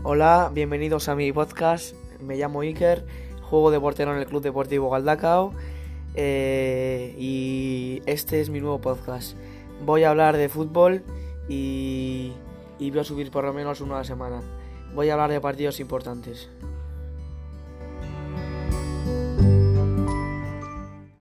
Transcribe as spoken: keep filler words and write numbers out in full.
Hola, bienvenidos a mi podcast. Me llamo Iker, juego de portero en el Club Deportivo Galdacao eh, y este es mi nuevo podcast. Voy a hablar de fútbol y, y voy a subir por lo menos uno a la semana. Voy a hablar de partidos importantes.